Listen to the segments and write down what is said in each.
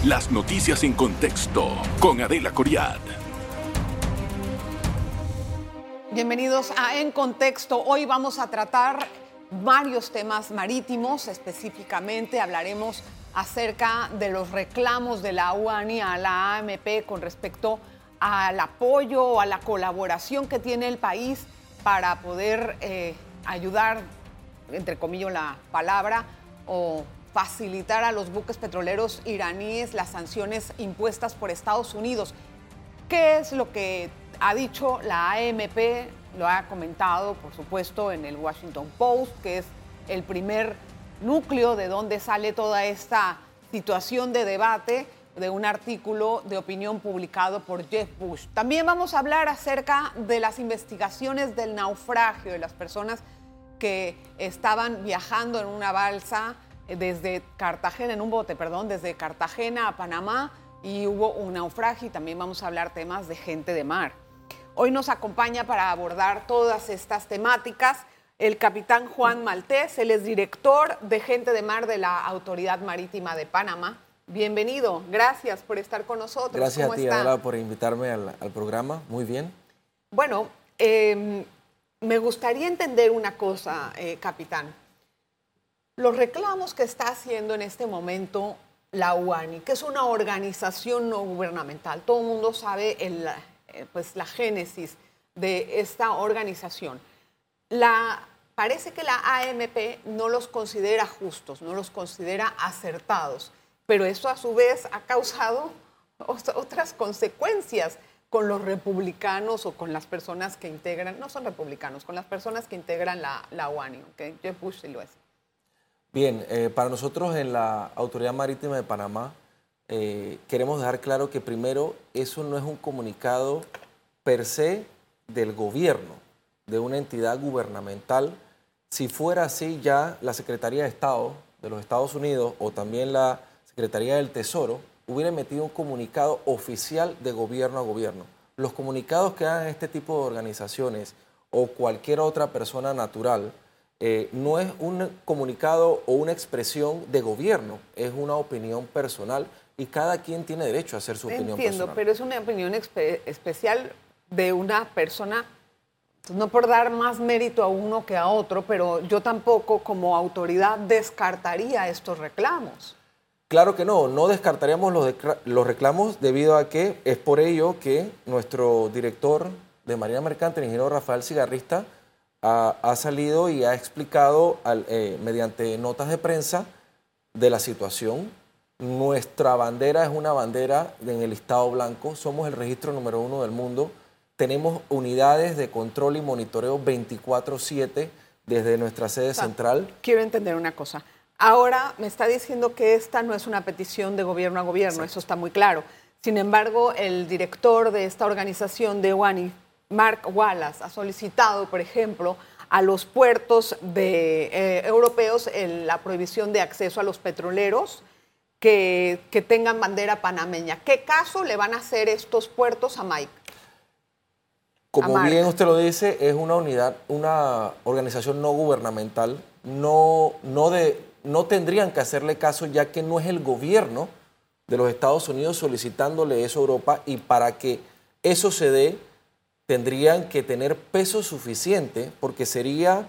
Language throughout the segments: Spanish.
Las noticias en contexto con Adela Coriad. Bienvenidos a En Contexto. Hoy vamos a tratar varios temas marítimos. Específicamente hablaremos acerca de los reclamos de la UANI a la AMP con respecto al apoyo o a la colaboración que tiene el país para poder ayudar, entre comillas la palabra, o facilitar a los buques petroleros iraníes las sanciones impuestas por Estados Unidos. ¿Qué es lo que ha dicho la AMP? Lo ha comentado, por supuesto, en el Washington Post, que es el primer núcleo de donde sale toda esta situación de debate, de un artículo de opinión publicado por Jeff Bush. También vamos a hablar acerca de las investigaciones del naufragio de las personas que estaban viajando en una balsa desde Cartagena, en un bote, perdón, desde Cartagena a Panamá, y hubo un naufragio. Y también vamos a hablar temas de gente de mar. Hoy nos acompaña para abordar todas estas temáticas el capitán Juan Maltés. Él es director de Gente de Mar de la Autoridad Marítima de Panamá. Bienvenido, gracias por estar con nosotros. Gracias a ti, Adela, por invitarme al programa. Muy bien. Bueno, me gustaría entender una cosa, capitán. Los reclamos que está haciendo en este momento la UANI, que es una organización no gubernamental, todo el mundo sabe la génesis de esta organización. Parece que la AMP no los considera justos, no los considera acertados, pero eso a su vez ha causado otras consecuencias con los republicanos o con las personas que integran, no son republicanos, con las personas que integran la UANI, ¿okay? Jeff Bush sí lo es. Bien, para nosotros en la Autoridad Marítima de Panamá queremos dejar claro que primero eso no es un comunicado per se del gobierno, de una entidad gubernamental. Si fuera así, ya la Secretaría de Estado de los Estados Unidos o también la Secretaría del Tesoro hubiera emitido un comunicado oficial de gobierno a gobierno. Los comunicados que hagan este tipo de organizaciones o cualquier otra persona natural no es un comunicado o una expresión de gobierno, es una opinión personal y cada quien tiene derecho a hacer su opinión personal. Entiendo, pero es una opinión especial de una persona, no por dar más mérito a uno que a otro, pero yo tampoco como autoridad descartaría estos reclamos. Claro que no descartaríamos los reclamos debido a que es por ello que nuestro director de Marina Mercante, el ingeniero Rafael Cigarrista, ha salido y ha explicado mediante notas de prensa de la situación. Nuestra bandera es una bandera en el listado blanco, somos el registro número 1 del mundo, tenemos unidades de control y monitoreo 24/7 desde nuestra sede central. Quiero entender una cosa. Ahora me está diciendo que esta no es una petición de gobierno a gobierno, sí. Eso está muy claro. Sin embargo, el director de esta organización de UANI, Mark Wallace, ha solicitado, por ejemplo, a los puertos europeos la prohibición de acceso a los petroleros que tengan bandera panameña. ¿Qué caso le van a hacer estos puertos a Mike? Como bien usted lo dice, es una organización no gubernamental. No tendrían que hacerle caso, ya que no es el gobierno de los Estados Unidos solicitándole eso a Europa, y para que eso se dé tendrían que tener peso suficiente, porque sería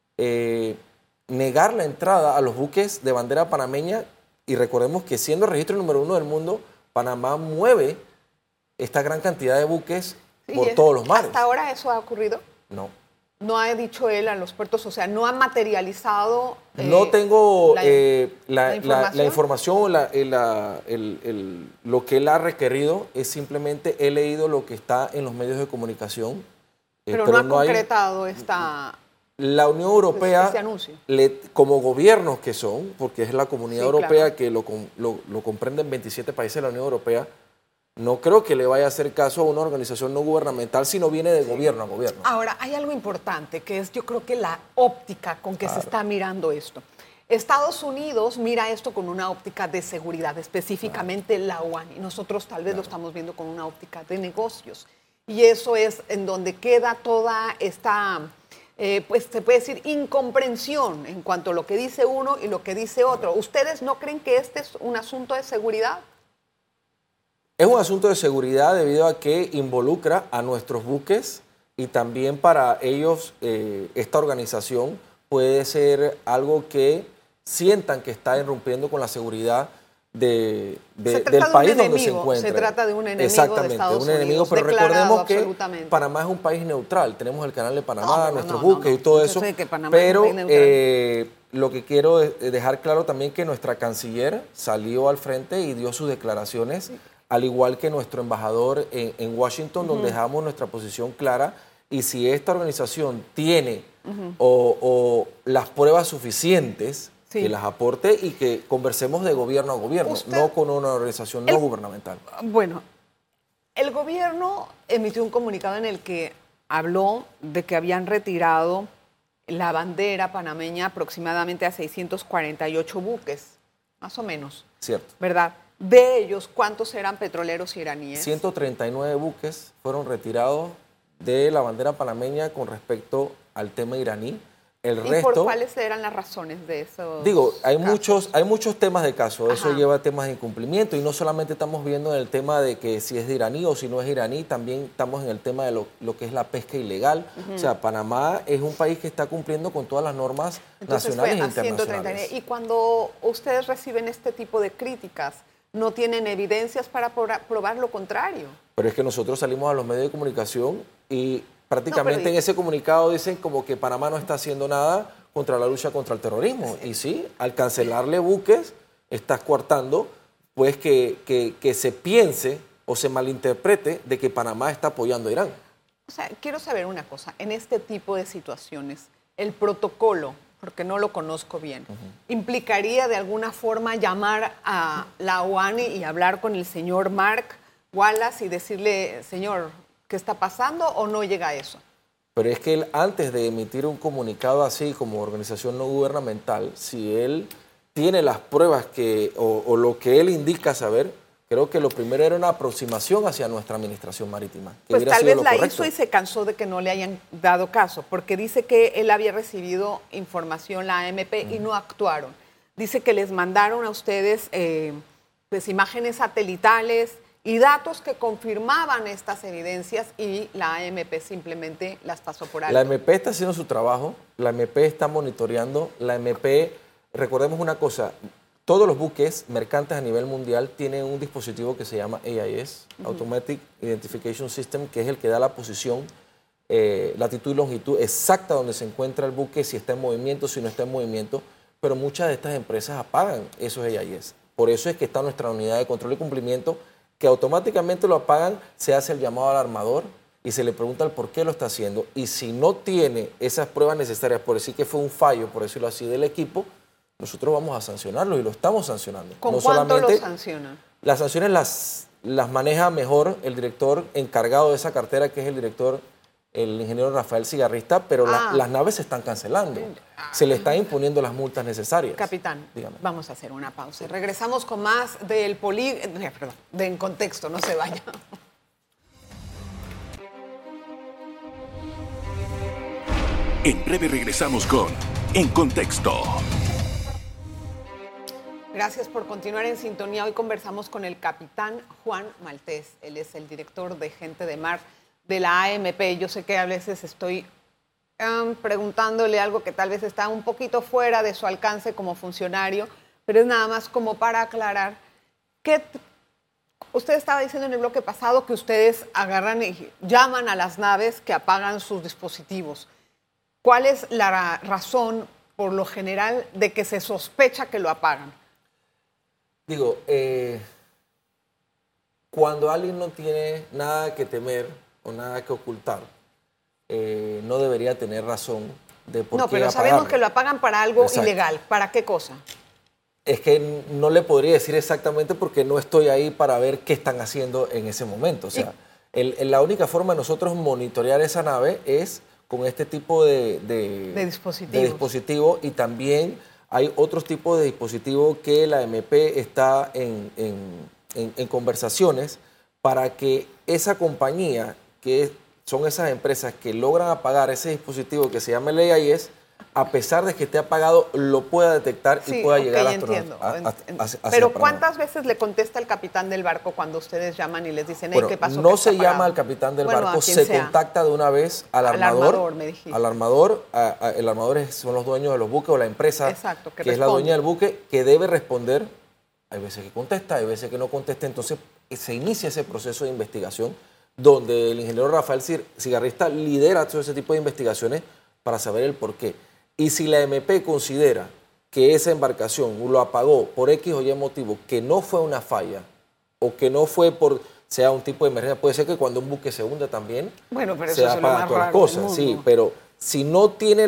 negar la entrada a los buques de bandera panameña. Y recordemos que siendo el registro número 1 del mundo, Panamá mueve esta gran cantidad de buques por todos los mares. ¿Hasta ahora eso ha ocurrido? No. ¿No ha dicho él a los puertos? O sea, ¿no ha materializado no tengo la información o lo que él ha requerido. Es simplemente he leído lo que está en los medios de comunicación. Pero no ha concretado La Unión Europea, este anuncio. Como gobiernos que son, porque es la Comunidad Europea, claro, que lo comprenden 27 países de la Unión Europea, no creo que le vaya a hacer caso a una organización no gubernamental si no viene de gobierno a gobierno. Ahora, hay algo importante, que es yo creo que la óptica con que se está mirando esto. Estados Unidos mira esto con una óptica de seguridad, específicamente la UANI. Nosotros tal vez lo estamos viendo con una óptica de negocios. Y eso es en donde queda toda esta, pues se puede decir, incomprensión en cuanto a lo que dice uno y lo que dice otro. ¿Ustedes no creen que este es un asunto de seguridad? Es un asunto de seguridad debido a que involucra a nuestros buques y también para ellos esta organización puede ser algo que sientan que está irrumpiendo con la seguridad del país donde se encuentra. Se trata de un enemigo. Exactamente, de Estados un enemigo, Unidos, pero recordemos que absolutamente. Panamá es un país neutral. Tenemos el canal de Panamá, No, nuestros buques y todo yo eso. sé que Panamá Pero es un país neutral. lo que quiero es dejar claro también que nuestra canciller salió al frente y dio sus declaraciones, al igual que nuestro embajador en Washington, donde dejamos nuestra posición clara. Y si esta organización tiene o las pruebas suficientes, que las aporte y que conversemos de gobierno a gobierno, no con una organización no gubernamental. Bueno, el gobierno emitió un comunicado en el que habló de que habían retirado la bandera panameña aproximadamente a 648 buques, más o menos. Cierto. ¿Verdad? De ellos, ¿cuántos eran petroleros iraníes? 139 buques fueron retirados de la bandera panameña con respecto al tema iraní. El ¿Y resto, por cuáles eran las razones de eso? Digo, hay muchos temas de caso. Eso Ajá. lleva a temas de incumplimiento y no solamente estamos viendo en el tema de que si es de iraní o si no es iraní, también estamos en el tema de lo que es la pesca ilegal. O sea, Panamá es un país que está cumpliendo con todas las normas nacionales e internacionales. Y cuando ustedes reciben este tipo de críticas, ¿no tienen evidencias para probar lo contrario? Pero es que nosotros salimos a los medios de comunicación y prácticamente en ese comunicado dicen como que Panamá no está haciendo nada contra la lucha contra el terrorismo. Sí. Y sí, al cancelarle buques, estás coartando pues que se piense o se malinterprete de que Panamá está apoyando a Irán. O sea, quiero saber una cosa. En este tipo de situaciones, el protocolo, porque no lo conozco bien, ¿implicaría de alguna forma llamar a la OANI y hablar con el señor Mark Wallace y decirle, señor, ¿qué está pasando o no llega a eso? Pero es que él, antes de emitir un comunicado así como organización no gubernamental, si él tiene las pruebas o lo que él indica saber, creo que lo primero era una aproximación hacia nuestra administración marítima. Pues tal vez la hizo y se cansó de que no le hayan dado caso, porque dice que él había recibido información, la AMP, y no actuaron. Dice que les mandaron a ustedes pues, imágenes satelitales y datos que confirmaban estas evidencias y la AMP simplemente las pasó por alto. La AMP está haciendo su trabajo, la AMP está monitoreando, la AMP, recordemos una cosa, todos los buques mercantes a nivel mundial tienen un dispositivo que se llama AIS, Automatic Identification System, que es el que da la posición, latitud y longitud exacta donde se encuentra el buque, si está en movimiento, si no está en movimiento, pero muchas de estas empresas apagan esos AIS. Por eso es que está nuestra unidad de control y cumplimiento, que automáticamente lo apagan, se hace el llamado al armador y se le pregunta el por qué lo está haciendo. Y si no tiene esas pruebas necesarias, por decir que fue un fallo, por decirlo así, del equipo, nosotros vamos a sancionarlo y lo estamos sancionando. ¿Con no cuánto solamente lo sancionan? Las sanciones las maneja mejor el director encargado de esa cartera, que es el ingeniero Rafael Cigarrista, pero las naves se están cancelando. Se le están imponiendo las multas necesarias. Capitán, dígame. Vamos a hacer una pausa. Regresamos con más de En Contexto, no se vaya. En breve regresamos con En Contexto. Gracias por continuar en sintonía. Hoy conversamos con el capitán Juan Maltés. Él es el director de Gente de Mar de la AMP. Yo sé que a veces estoy preguntándole algo que tal vez está un poquito fuera de su alcance como funcionario, pero es nada más como para aclarar que usted estaba diciendo en el bloque pasado que ustedes agarran y llaman a las naves que apagan sus dispositivos. ¿Cuál es la razón, por lo general, de que se sospecha que lo apagan? Digo, cuando alguien no tiene nada que temer o nada que ocultar, no debería tener razón de por qué No, pero apagarlo. sabemos que lo apagan para algo Exacto. ilegal. ¿Para qué cosa? Es que no le podría decir exactamente porque no estoy ahí para ver qué están haciendo en ese momento. O sea, la única forma de nosotros monitorear esa nave es con este tipo de dispositivos. Y también hay otros tipos de dispositivos que la MP está en conversaciones para que esa compañía, que son esas empresas que logran apagar ese dispositivo que se llama el AIS, a pesar de que esté apagado, lo pueda detectar y pueda llegar hacia Pero Panamá. ¿cuántas veces le contesta el capitán del barco cuando ustedes llaman y les dicen, hey, Bueno, ¿qué pasó? no se llama al capitán del barco, se contacta de una vez al armador. Me dijiste. Al armador, el armador son los dueños de los buques o la empresa que es la dueña del buque, que debe responder. Hay veces que contesta, hay veces que no contesta. Entonces se inicia ese proceso de investigación donde el ingeniero Rafael Cigarrista lidera todo ese tipo de investigaciones para saber el porqué. Y si la MP considera que esa embarcación lo apagó por X o Y motivo, que no fue una falla o que no fue por sea un tipo de emergencia, puede ser que cuando un buque se hunde también pero eso se apagan todas las cosas. Sí, pero si no tiene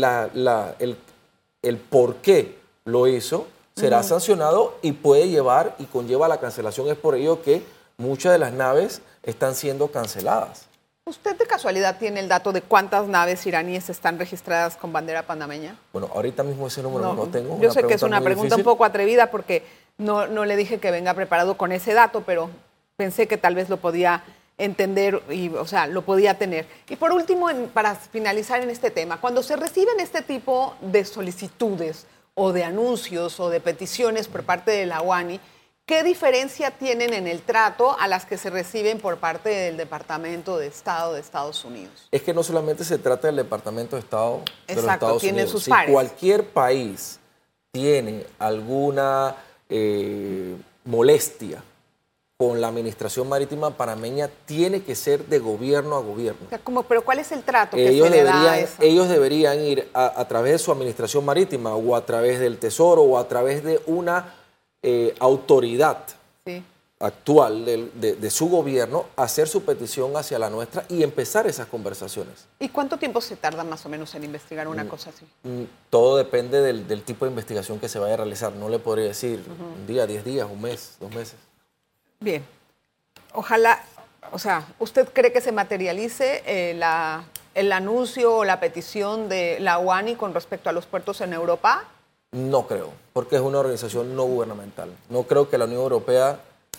el por qué lo hizo, será sancionado y puede llevar y conlleva la cancelación. Es por ello que muchas de las naves están siendo canceladas. ¿Usted de casualidad tiene el dato de cuántas naves iraníes están registradas con bandera panameña? Bueno, ahorita mismo ese número no tengo. Yo sé que es una pregunta un poco atrevida porque no le dije que venga preparado con ese dato, pero pensé que tal vez lo podía entender y, o sea, lo podía tener. Y por último, para finalizar en este tema, cuando se reciben este tipo de solicitudes o de anuncios o de peticiones por parte de la UANI, ¿qué diferencia tienen en el trato a las que se reciben por parte del Departamento de Estado de Estados Unidos? Es que no solamente se trata del Departamento de Estado de los Estados tiene Unidos. Sus pares. Si cualquier país tiene alguna molestia con la Administración Marítima Panameña, tiene que ser de gobierno a gobierno. O sea, ¿pero cuál es el trato que se le da a eso? Ellos deberían ir a través de su Administración Marítima o a través del Tesoro o a través de una autoridad actual de su gobierno, hacer su petición hacia la nuestra y empezar esas conversaciones. ¿Y cuánto tiempo se tarda más o menos en investigar una cosa así? Todo depende del tipo de investigación que se vaya a realizar. No le podría decir un día, 10 días, un mes, 2 meses. Bien. Ojalá, o sea, ¿usted cree que se materialice el anuncio o la petición de la UANI con respecto a los puertos en Europa? No creo, porque es una organización no gubernamental. No creo que la Unión Europea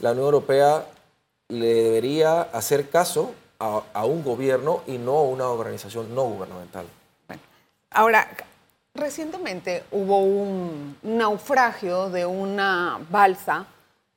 le debería hacer caso a un gobierno y no a una organización no gubernamental. Bueno, ahora, recientemente hubo un naufragio de una balsa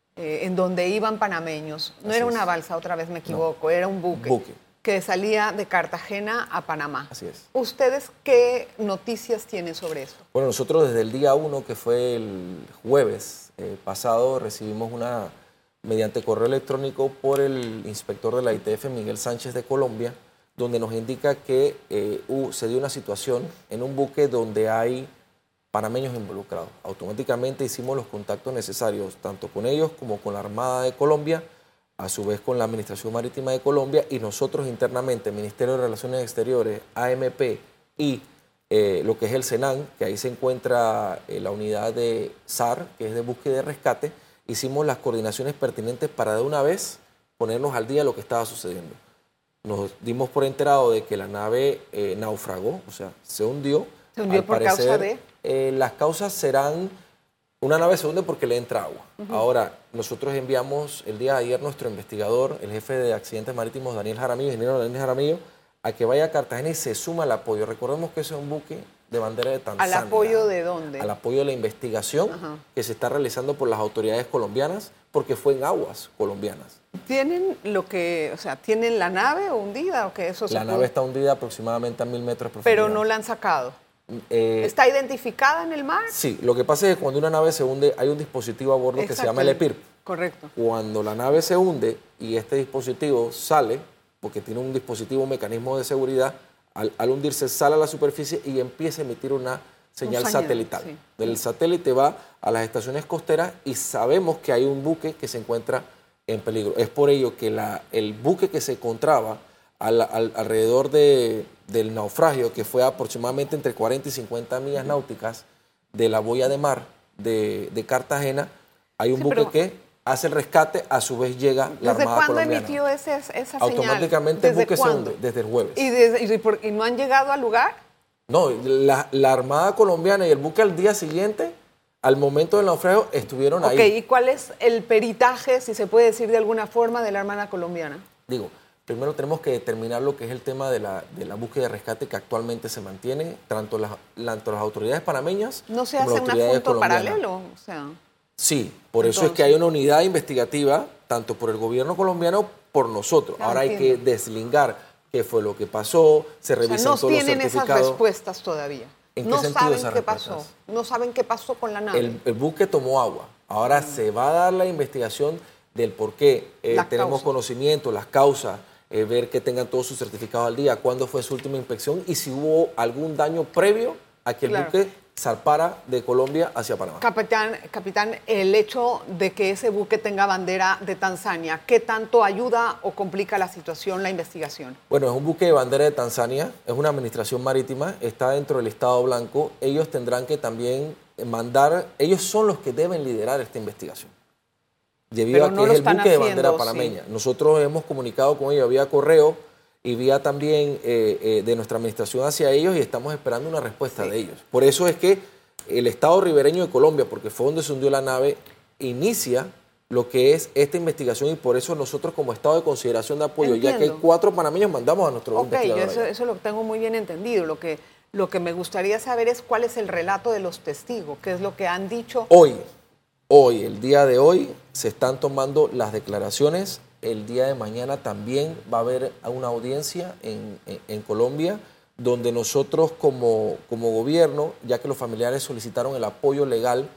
en donde iban panameños. No era una balsa, otra vez me equivoco, era un buque que salía de Cartagena a Panamá. Así es. ¿Ustedes qué noticias tienen sobre eso? Bueno, nosotros desde el día 1, que fue el jueves pasado, recibimos mediante correo electrónico por el inspector de la ITF, Miguel Sánchez de Colombia, donde nos indica que se dio una situación en un buque donde hay panameños involucrados. Automáticamente hicimos los contactos necesarios, tanto con ellos como con la Armada de Colombia, a su vez con la Administración Marítima de Colombia, y nosotros internamente, Ministerio de Relaciones Exteriores, AMP y lo que es el SENAN, que ahí se encuentra la unidad de SAR, que es de búsqueda y rescate, hicimos las coordinaciones pertinentes para de una vez ponernos al día de lo que estaba sucediendo. Nos dimos por enterado de que la nave naufragó, o sea, se hundió. ¿Se hundió por causa de? Las causas serán... Una nave se hunde porque le entra agua. Ahora, nosotros enviamos el día de ayer nuestro investigador, el jefe de accidentes marítimos, ingeniero Daniel Jaramillo, a que vaya a Cartagena y se suma al apoyo. Recordemos que ese es un buque de bandera de Tanzania. ¿Al apoyo de dónde? Al apoyo de la investigación que se está realizando por las autoridades colombianas, porque fue en aguas colombianas. ¿Tienen ¿tienen la nave hundida o qué? La nave está hundida aproximadamente a 1000 metros de profundidad. Pero no la han sacado. ¿Está identificada en el mar? Sí, lo que pasa es que cuando una nave se hunde hay un dispositivo a bordo que se llama el EPIRP. Correcto. Cuando la nave se hunde y este dispositivo sale, porque tiene un dispositivo, un mecanismo de seguridad, al hundirse sale a la superficie y empieza a emitir una señal satelital. Sí. Del satélite va a las estaciones costeras y sabemos que hay un buque que se encuentra en peligro. Es por ello que el buque que se encontraba alrededor del naufragio, que fue aproximadamente entre 40 y 50 millas náuticas de la boya de mar de Cartagena, hay un buque que hace el rescate, a su vez llega la Armada colombiana. ¿Desde cuándo emitió esa señal? Automáticamente el buque se hunde, desde el jueves. ¿Y no han llegado al lugar? No, la Armada colombiana y el buque al día siguiente, al momento del naufragio, estuvieron ahí. ¿Y cuál es el peritaje, si se puede decir de alguna forma, de la Armada colombiana? Digo, primero tenemos que determinar lo que es el tema de la búsqueda de rescate que actualmente se mantiene, tanto las autoridades panameñas ¿No se como hace las un autoridades asunto colombianas. paralelo? O sea, sí, por eso es que hay una unidad investigativa, tanto por el gobierno colombiano por nosotros. No, ahora entiendo. hay que deslingar qué fue lo que pasó, se o sea, revisan no todos los tienen esas certificados. respuestas todavía. ¿En qué No sentido saben esas qué pasó. respuestas? No saben qué pasó con la nave. El buque tomó agua. Ahora se va a dar la investigación del por qué. Tenemos causa. conocimiento, las causas, ver que tengan todos sus certificados al día, cuándo fue su última inspección y si hubo algún daño previo a que el Claro. buque zarpara de Colombia hacia Panamá. Capitán, el hecho de que ese buque tenga bandera de Tanzania, ¿qué tanto ayuda o complica la situación, la investigación? Bueno, es un buque de bandera de Tanzania, es una administración marítima, está dentro del Estado Blanco. Ellos tendrán que también mandar, ellos son los que deben liderar esta investigación. Debido Pero a que no lo es el están buque de bandera haciendo, panameña. sí. Nosotros hemos comunicado con ellos vía correo y vía también de nuestra administración hacia ellos y estamos esperando una respuesta de ellos. Por eso es que el Estado ribereño de Colombia, porque fue donde se hundió la nave, inicia lo que es esta investigación y por eso nosotros como Estado de consideración de apoyo, ya que hay 4 panameños, mandamos a nuestro Ok, investigador allá. eso lo tengo muy bien entendido. Lo que me gustaría saber es cuál es el relato de los testigos, qué es lo que han dicho. Hoy, el día de hoy, se están tomando las declaraciones. El día de mañana también va a haber una audiencia en Colombia, donde nosotros como gobierno, ya que los familiares solicitaron el apoyo legal,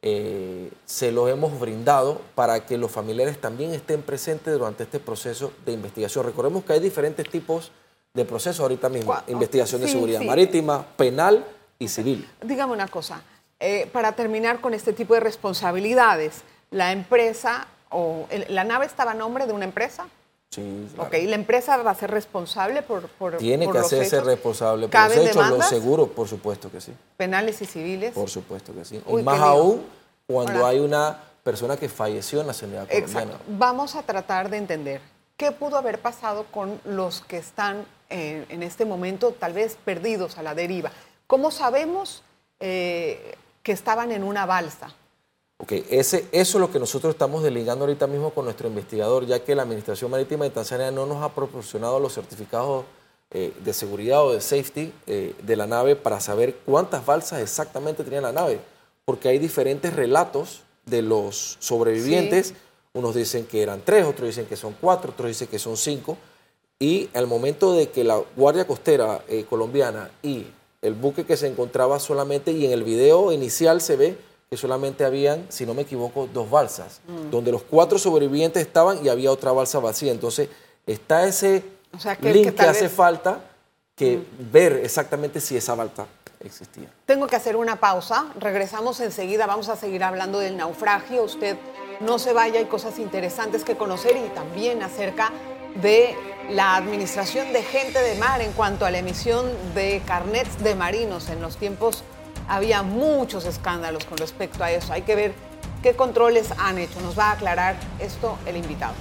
se los hemos brindado para que los familiares también estén presentes durante este proceso de investigación. Recordemos que hay diferentes tipos de procesos ahorita mismo. Investigación de seguridad marítima, penal y civil. Dígame una cosa, para terminar con este tipo de responsabilidades, la empresa o la nave estaba a nombre de una empresa. Sí, claro. Ok, ¿la empresa va a ser responsable por Tiene por que los hacerse hechos? responsable por ¿Caben los hechos, los demandas? seguros, por supuesto que sí. ¿Penales y civiles? Por supuesto que sí. Uy, y más qué lío. aún cuando Ahora, hay una persona que falleció en la nacionalidad colombiana. exacto. Vamos a tratar de entender qué pudo haber pasado con los que están en este momento tal vez perdidos a la deriva. ¿Cómo sabemos que estaban en una balsa? Ok, eso es lo que nosotros estamos delegando ahorita mismo con nuestro investigador, ya que la Administración Marítima de Tanzania no nos ha proporcionado los certificados de seguridad o de safety de la nave para saber cuántas balsas exactamente tenía la nave, porque hay diferentes relatos de los sobrevivientes. Sí. Unos dicen que eran 3, otros dicen que son 4, otros dicen que son 5. Y al momento de que la Guardia Costera colombiana y el buque que se encontraba solamente, y en el video inicial se ve que solamente habían, si no me equivoco, 2 balsas, donde los 4 sobrevivientes estaban y había otra balsa vacía. Entonces, está ese link que hace falta que ver exactamente si esa balsa existía. Tengo que hacer una pausa. Regresamos enseguida. Vamos a seguir hablando del naufragio. Usted no se vaya, hay cosas interesantes que conocer y también acerca de la administración de gente de mar en cuanto a la emisión de carnets de marinos. En los tiempos había muchos escándalos con respecto a eso. Hay que ver qué controles han hecho. Nos va a aclarar esto el invitado.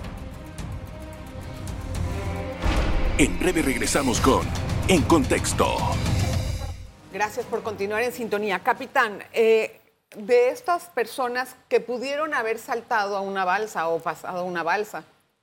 En breve regresamos con En Contexto. Gracias por continuar en sintonía. Capitán, de estas personas que pudieron haber saltado a una balsa o pasado a una balsa,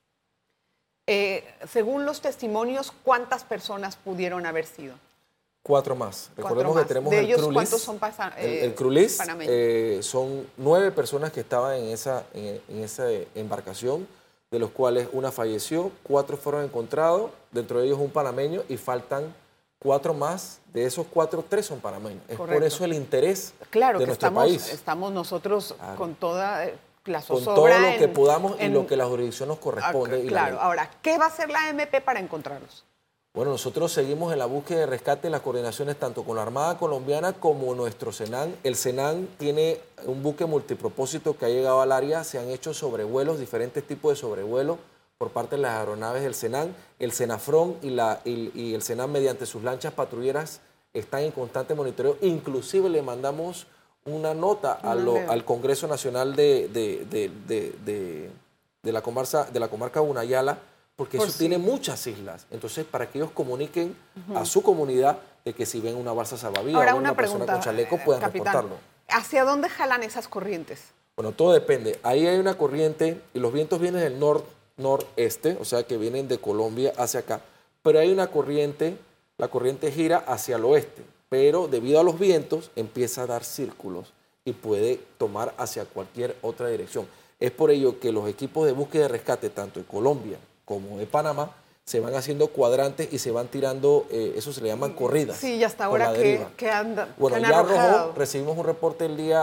según los testimonios, ¿cuántas personas pudieron haber sido? 4 más. Recordemos que tenemos el ellos, Crulis. ¿cuántos son el Crulis panameños? Son 9 personas que estaban en esa embarcación, de los cuales una falleció, 4 fueron encontrados, dentro de ellos un panameño, y faltan 4 más. De esos 4, 3 son panameños. Es por eso el interés de nuestro país. Estamos nosotros con toda la zozobra. Con todo lo que podamos y lo que la jurisdicción nos corresponde. Claro. Ahora, ¿qué va a hacer la AMP para encontrarlos? Bueno, nosotros seguimos en la búsqueda de rescate, en las coordinaciones tanto con la Armada Colombiana como nuestro SENAN. El SENAN tiene un buque multipropósito que ha llegado al área. Se han hecho sobrevuelos, diferentes tipos de sobrevuelos por parte de las aeronaves del SENAN. El SENAFRON y el SENAN, mediante sus lanchas patrulleras, están en constante monitoreo. Inclusive le mandamos una nota al Congreso Nacional de la comarca Gunayala, porque eso tiene muchas islas. Entonces, para que ellos comuniquen a su comunidad de que si ven una balsa salvavidas o una persona con chaleco, puedan reportarlo. ¿Hacia dónde jalan esas corrientes? Bueno, todo depende. Ahí hay una corriente y los vientos vienen del norte noreste, o sea que vienen de Colombia hacia acá, pero hay una corriente, la corriente gira hacia el oeste, pero debido a los vientos empieza a dar círculos y puede tomar hacia cualquier otra dirección. Es por ello que los equipos de búsqueda y rescate, tanto de Colombia como de Panamá, se van haciendo cuadrantes y se van tirando, eso se le llaman corridas. Sí, y hasta ahora que anda. Bueno, que han ya arrojado. arrojó, recibimos un reporte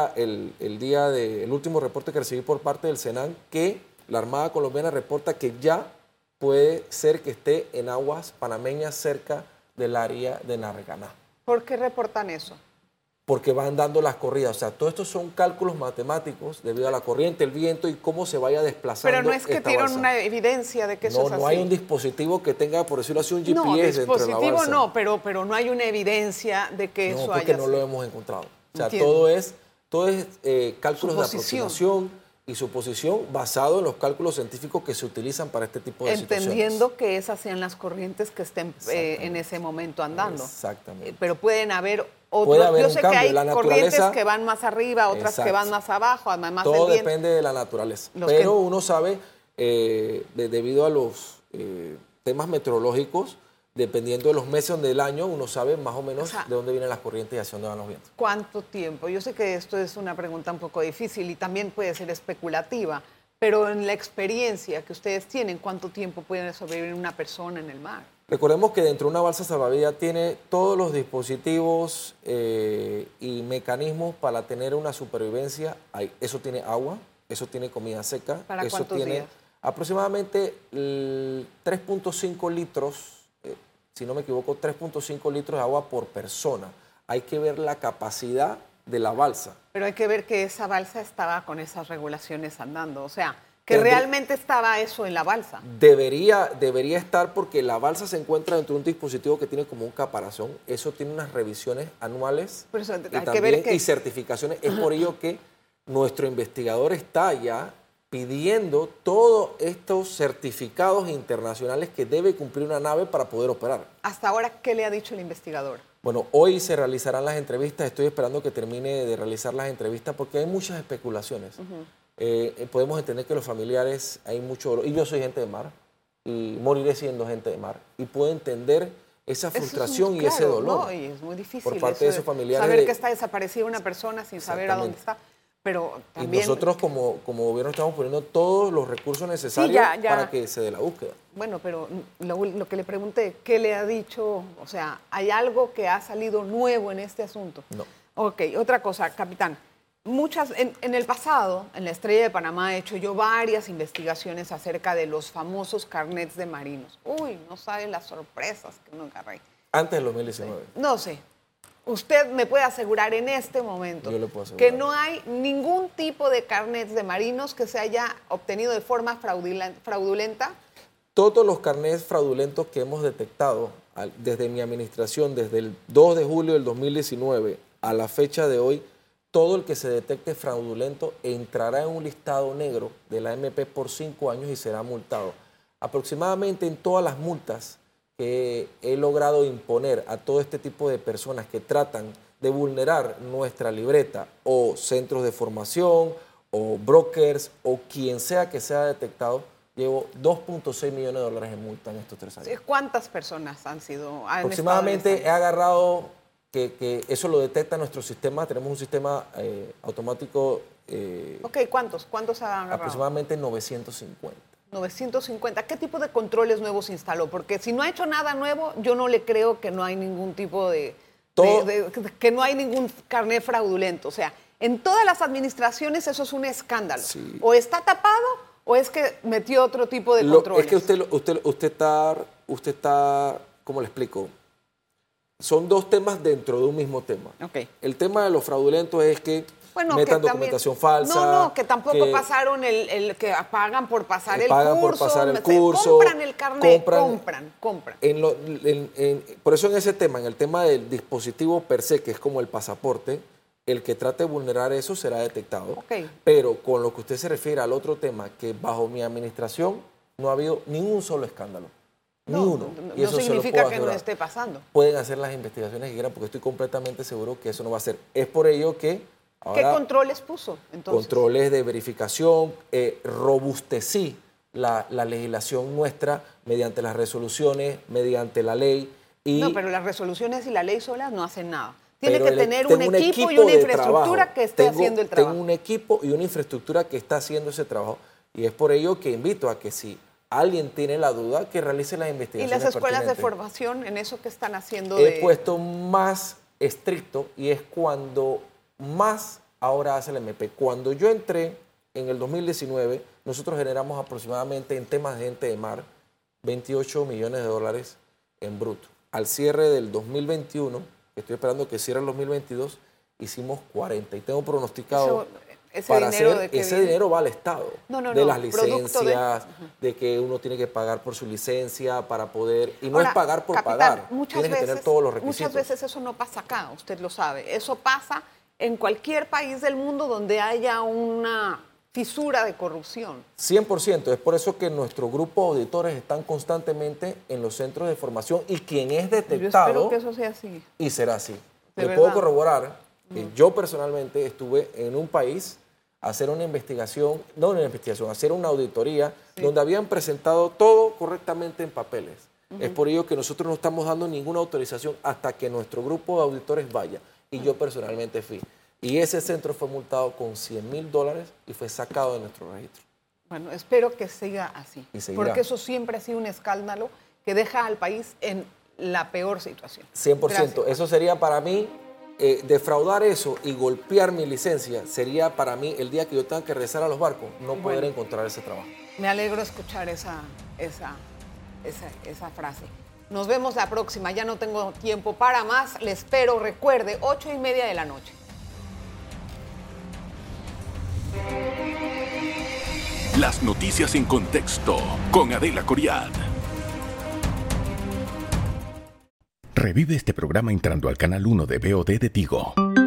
el último reporte que recibí por parte del Senan, que la Armada colombiana reporta que ya puede ser que esté en aguas panameñas cerca del área de Narganá. ¿Por qué reportan eso? Porque van dando las corridas. O sea, todo esto son cálculos matemáticos debido a la corriente, el viento y cómo se vaya desplazando. Pero no es que esta tienen balsa. una evidencia de que eso es así. No hay un dispositivo que tenga, por decirlo así, un GPS no, dentro de la dispositivo balsa. no, pero no hay una evidencia de que eso haya porque no sido. lo hemos encontrado. O sea, Entiendo. todo es cálculos de Suposición. aproximación y suposición basado en los cálculos científicos que se utilizan para este tipo de situaciones. Entendiendo que esas sean las corrientes que estén en ese momento andando. Exactamente. Pero pueden haber otros. Puede haber Yo un sé cambio. que hay La corrientes naturaleza- que van más arriba, otras que Exacto. van más abajo, además Todo del viento. depende de la naturaleza. Los Pero que- uno sabe, debido a los temas meteorológicos, dependiendo de los meses del año, uno sabe más o menos O sea, de dónde vienen las corrientes y hacia dónde van los vientos. ¿Cuánto tiempo? Yo sé que esto es una pregunta un poco difícil y también puede ser especulativa, pero en la experiencia que ustedes tienen, ¿cuánto tiempo puede sobrevivir una persona en el mar? Recordemos que dentro de una balsa salvavidas tiene todos los dispositivos y mecanismos para tener una supervivencia. Eso tiene agua, eso tiene comida seca. ¿Para eso cuántos tiene días? aproximadamente 3.5 litros, si no me equivoco, 3.5 litros de agua por persona. Hay que ver la capacidad de la balsa. Pero hay que ver que esa balsa estaba con esas regulaciones andando, o sea, que Tendría- realmente estaba eso en la balsa. Debería estar porque la balsa se encuentra dentro de un dispositivo que tiene como un caparazón. Eso tiene unas revisiones anuales Por eso hay y, que también, ver que- y certificaciones. Es por ello que nuestro investigador está ya pidiendo todos estos certificados internacionales que debe cumplir una nave para poder operar. Hasta ahora, ¿qué le ha dicho el investigador? Bueno, hoy se realizarán las entrevistas. Estoy esperando que termine de realizar las entrevistas porque hay muchas especulaciones. Podemos entender que los familiares, hay mucho dolor. Y yo soy gente de mar y moriré siendo gente de mar. Y puedo entender esa Eso es frustración muy y ese claro, dolor. ¿no? Y es muy difícil por parte de esos familiares saber de- que está desaparecida una persona sin saber a dónde está. Pero Y también, nosotros como gobierno estamos poniendo todos los recursos necesarios ya. para que se dé la búsqueda. bueno, pero lo que le pregunté, ¿qué le ha dicho? O sea, ¿hay algo que ha salido nuevo en este asunto? No. Ok, otra cosa, capitán. En el pasado, en la Estrella de Panamá, he hecho yo varias investigaciones acerca de los famosos carnets de marinos. Uy, no saben las sorpresas que uno agarré. Antes del 2019. No sé. Usted me puede asegurar en este momento Yo le puedo asegurar. que no hay ningún tipo de carnets de marinos que se haya obtenido de forma fraudulenta. Todos los carnets fraudulentos que hemos detectado desde mi administración, desde el 2 de julio del 2019 a la fecha de hoy, todo el que se detecte fraudulento entrará en un listado negro de la AMP por 5 años y será multado. Aproximadamente en todas las multas que he logrado imponer a todo este tipo de personas que tratan de vulnerar nuestra libreta o centros de formación o brokers o quien sea que sea detectado, llevo 2.6 millones de dólares en multa en estos 3 años. ¿Cuántas personas han sido? Aproximadamente he agarrado que eso lo detecta nuestro sistema. Tenemos un sistema automático Ok, ¿cuántos han agarrado? aproximadamente 950. 950. ¿Qué tipo de controles nuevos instaló? Porque si no ha hecho nada nuevo, yo no le creo que no hay ningún tipo que no hay ningún carnet fraudulento. O sea, en todas las administraciones eso es un escándalo. Sí. O está tapado o es que metió otro tipo de controles. Es que usted está, ¿cómo le explico? Son dos temas dentro de un mismo tema. Ok. El tema de los fraudulentos es que Bueno, metan que documentación también, falsa. No, que tampoco pasaron el que pagan por pasar el pagan curso. por pasar el curso, Compran el carnet, compran. compran. Por eso en ese tema, en el tema del dispositivo per se, que es como el pasaporte, el que trate de vulnerar eso será detectado. Ok. Pero con lo que usted se refiere al otro tema, que bajo mi administración no ha habido ni un solo escándalo. Ni uno. Y No eso se lo significa puedo que no asegurar. esté pasando. Pueden hacer las investigaciones que quieran porque estoy completamente seguro que eso no va a ser. Es por ello que ¿Qué ahora controles puso entonces? controles de verificación, robustecí la legislación nuestra mediante las resoluciones, mediante la ley. No, pero las resoluciones y la ley solas no hacen nada. Tiene que tener un equipo y una infraestructura que esté haciendo el trabajo. Tengo un equipo y una infraestructura que está haciendo ese trabajo. Y es por ello que invito a que si alguien tiene la duda, que realice las investigaciones. ¿Y las escuelas de formación en eso que están haciendo? He puesto más estricto y es cuando más ahora hace el MP. Cuando yo entré en el 2019, nosotros generamos aproximadamente en temas de gente de mar 28 millones de dólares en bruto. Al cierre del 2021, estoy esperando que cierre el 2022, hicimos 40 y tengo pronosticado ese dinero va al Estado, de las licencias, de que uno tiene que pagar por su licencia para poder, y no es pagar por pagar, tienes que tener todos los requisitos. Muchas veces eso no pasa acá, usted lo sabe, eso pasa en cualquier país del mundo donde haya una fisura de corrupción. 100%, es por eso que nuestro grupo de auditores están constantemente en los centros de formación y quien es detectado... Yo espero que eso sea así. Y será así. Le puedo corroborar que yo personalmente estuve en un país a hacer una investigación, hacer una auditoría donde habían presentado todo correctamente en papeles. Es por ello que nosotros no estamos dando ninguna autorización hasta que nuestro grupo de auditores vaya. Y yo personalmente fui. Y ese centro fue multado con $100,000 y fue sacado de nuestro registro. Bueno, espero que siga así. Y seguirá. Porque eso siempre ha sido un escándalo que deja al país en la peor situación. 100%. Gracias. Eso sería para mí, defraudar eso y golpear mi licencia, sería para mí el día que yo tenga que regresar a los barcos, no poder encontrar ese trabajo. Me alegro escuchar esa frase. Nos vemos la próxima. Ya no tengo tiempo para más. Les espero. Recuerde, 8:30 de la noche. Las noticias en contexto con Adela Coriad. Revive este programa entrando al canal 1 de VOD de Tigo.